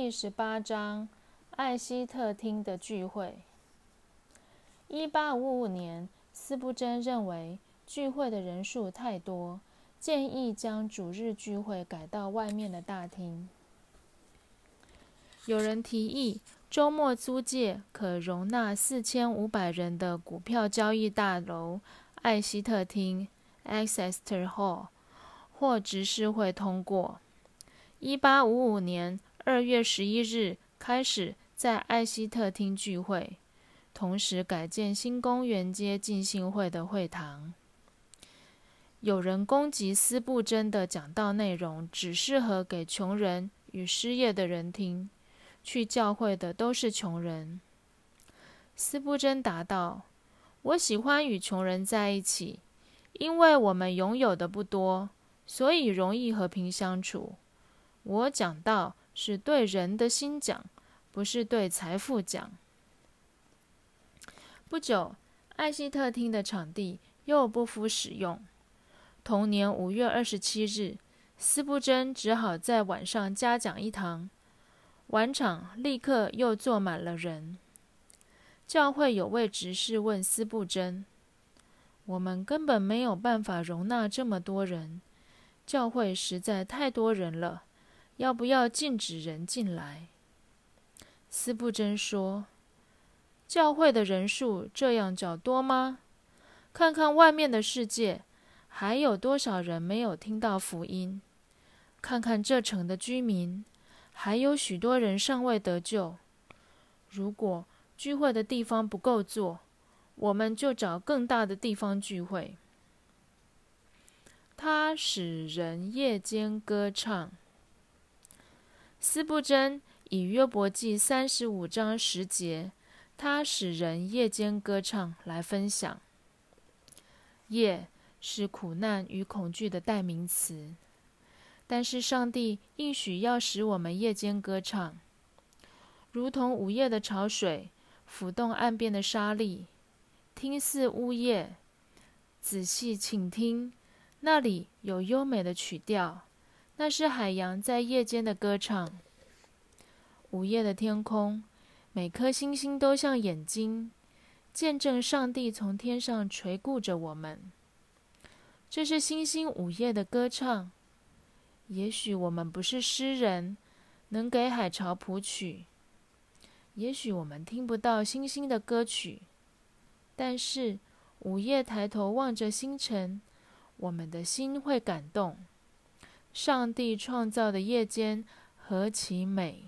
第18章艾希特厅的聚会。1855年，斯布真认为聚会的人数太多，建议将主日聚会改到外面的大厅。有人提议，周末租借可容纳4500人的股票交易大楼艾希特厅 （Exeter Hall） 或执事会通过。1855年2月11日开始在艾希特厅聚会，同时改建新公园街浸信会的会堂。有人攻击斯布真的讲道内容只适合给穷人与失业的人听，去教会的都是穷人。斯布真答道：“我喜欢与穷人在一起，因为我们拥有的不多，所以容易和平相处。我讲道是对人的心讲，不是对财富讲。”不久，艾希特厅的场地又不敷使用。同年5月27日，斯布真只好在晚上加讲一堂，晚场立刻又坐满了人。教会有位执事问斯布真：“我们根本没有办法容纳这么多人，教会实在太多人了，要不要禁止人进来？”斯布真说：“教会的人数这样较多吗？看看外面的世界，还有多少人没有听到福音？看看这城的居民，还有许多人尚未得救。如果聚会的地方不够坐，我们就找更大的地方聚会。”他使人夜间歌唱。斯布真以约伯记35章10节，他使人夜间歌唱来分享。夜是苦难与恐惧的代名词，但是上帝应许要使我们夜间歌唱，如同午夜的潮水抚动岸边的沙砾，听似呜咽。仔细倾听，那里有优美的曲调，那是海洋在夜间的歌唱。午夜的天空，每颗星星都像眼睛，见证上帝从天上垂顾着我们。这是星星午夜的歌唱。也许我们不是诗人，能给海潮谱曲，也许我们听不到星星的歌曲，但是午夜抬头望着星辰，我们的心会感动。上帝创造的夜间何其美！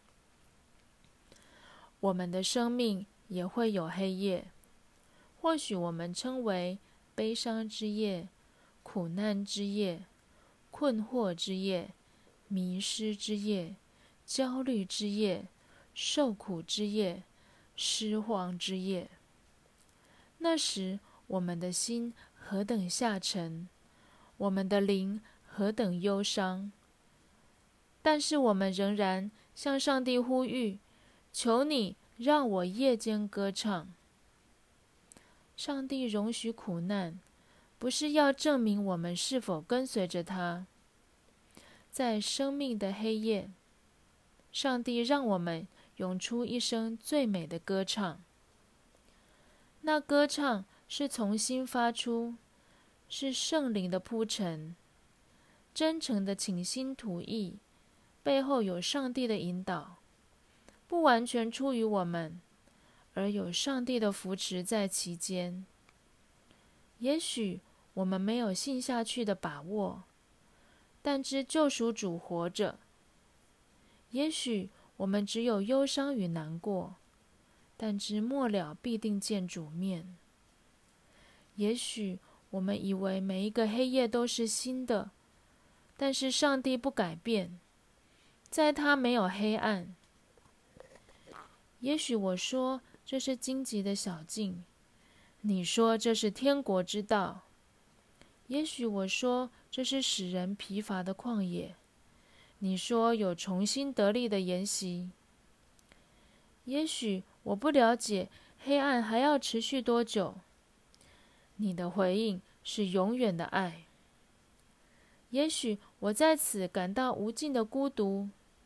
我们的生命也会有黑夜，或许我们称为悲伤之夜、苦难之夜、困惑之夜、迷失之夜、焦虑之夜、受苦之夜、失望之夜。那时我们的心何等下沉，我们的灵何等忧伤，但是我们仍然向上帝呼吁，求你让我夜间歌唱。上帝容许苦难，不是要证明我们是否跟随着他。在生命的黑夜，上帝让我们涌出一声最美的歌唱。那歌唱是从心发出，是圣灵的铺陈，真诚的倾心吐意，背后有上帝的引导，不完全出于我们，而有上帝的扶持在其间。也许我们没有信下去的把握，但知救赎主活着。也许我们只有忧伤与难过，但知末了必定见主面。也许我们以为每一个黑夜都是新的，但是上帝不改变，在他没有黑暗。也许我说这是荆棘的小径，你说这是天国之道。也许我说这是使人疲乏的旷野，你说有重新得力的筵席。也许我不了解黑暗还要持续多久，你的回应是永远的爱。也许我在此感到无尽的孤独，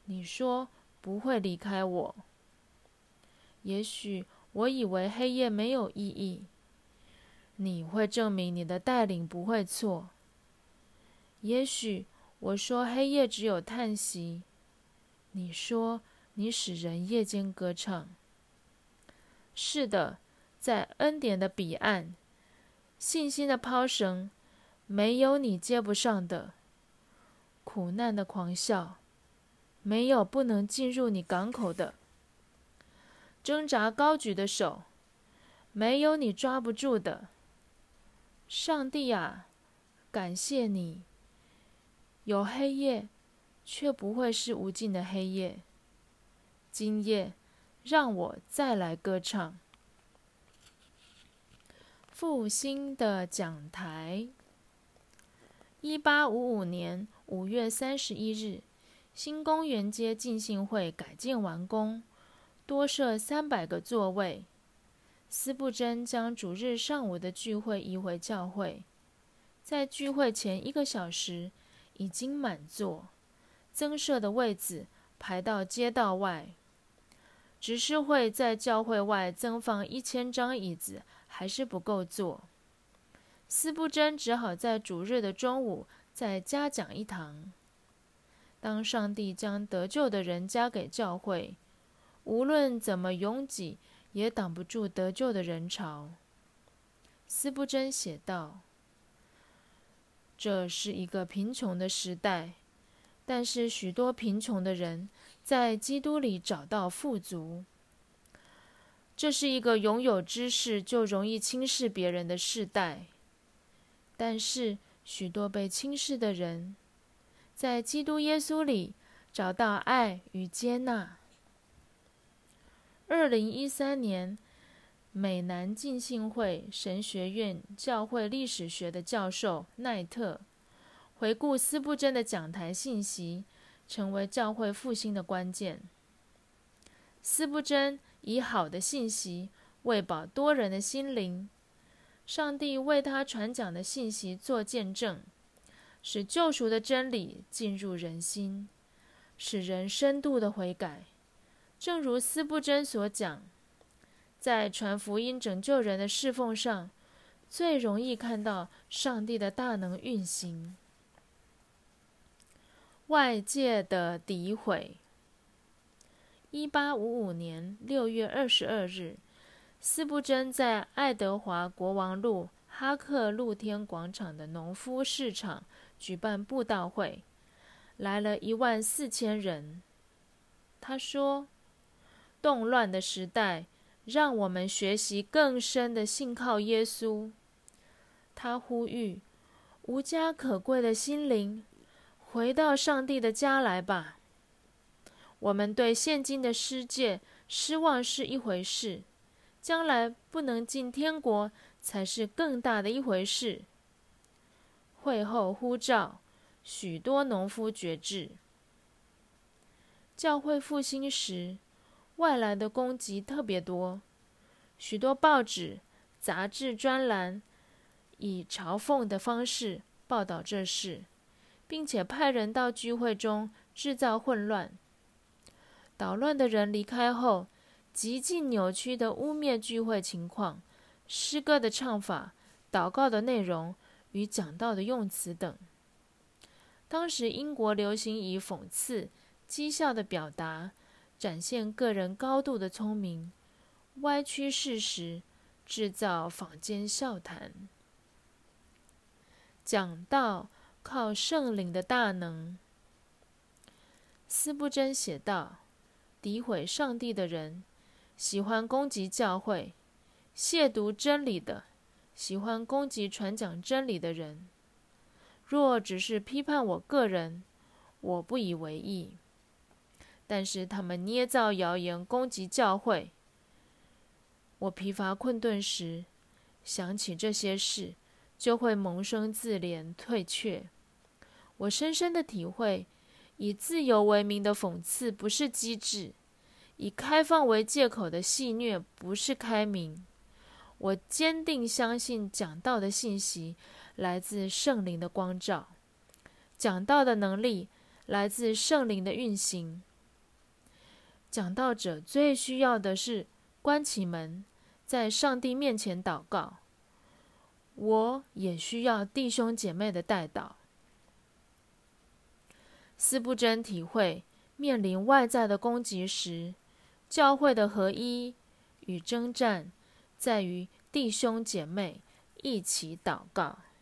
你说不会离开我。也许我以为黑夜没有意义，你会证明你的带领不会错。也许我说黑夜只有叹息，你说你使人夜间歌唱。是的，在恩典的彼岸，信心的抛绳，没有你接不上的；苦难的狂啸，没有不能进入你港口的；挣扎高举的手，没有你抓不住的。上帝啊，感谢你，有黑夜，却不会是无尽的黑夜。今夜，让我再来歌唱。复兴的讲台。1855年5月31日，新公园街浸信会改建完工，多设300个座位。司布真将主日上午的聚会移回教会，在聚会前1个小时已经满座，增设的位子排到街道外。执事会在教会外增放1000张椅子，还是不够坐。司布真只好在主日的中午再加讲1堂。当上帝将得救的人加给教会，无论怎么拥挤，也挡不住得救的人潮。司布真写道：这是一个贫穷的时代，但是许多贫穷的人在基督里找到富足。这是一个拥有知识就容易轻视别人的世代，但是许多被轻视的人，在基督耶稣里找到爱与接纳。2013年，美南浸信会神学院教会历史学的教授奈特回顾司布真的讲台信息，成为教会复兴的关键。司布真以好的信息喂饱多人的心灵，上帝为他传讲的信息做见证，使救赎的真理进入人心，使人深度的悔改。正如司布真所讲，在传福音拯救人的侍奉上，最容易看到上帝的大能运行。外界的诋毁。1855年6月22日，司布真在爱德华国王路哈克露天广场的农夫市场举办布道会，来了14000人。他说，动乱的时代让我们学习更深的信靠耶稣。他呼吁无家可归的心灵，回到上帝的家来吧。我们对现今的世界失望是一回事，将来不能进天国才是更大的一回事。会后呼召许多农夫决志。教会复兴时，外来的攻击特别多，许多报纸、杂志专栏以嘲讽的方式报道这事，并且派人到聚会中制造混乱。捣乱的人离开后，极尽扭曲的污蔑聚会情况、诗歌的唱法、祷告的内容与讲道的用词等。当时英国流行以讽刺、讥笑的表达展现个人高度的聪明，歪曲事实，制造坊间笑谈。讲道靠圣灵的大能。司布真写道，诋毁上帝的人，喜欢攻击教会；亵渎真理的，喜欢攻击传讲真理的人。若只是批判我个人，我不以为意。但是他们捏造谣言攻击教会。我疲乏困顿时，想起这些事，就会萌生自怜退却。我深深的体会，以自由为名的讽刺不是机智，以开放为借口的戏谑不是开明。我坚定相信讲道的信息来自圣灵的光照，讲道的能力来自圣灵的运行。 讲道者最需要的是关起门，在上帝面前祷告。我也需要弟兄姐妹的代祷。司布真体会，面临外在的攻击时，教会的合一与征战，在于弟兄姐妹一起祷告。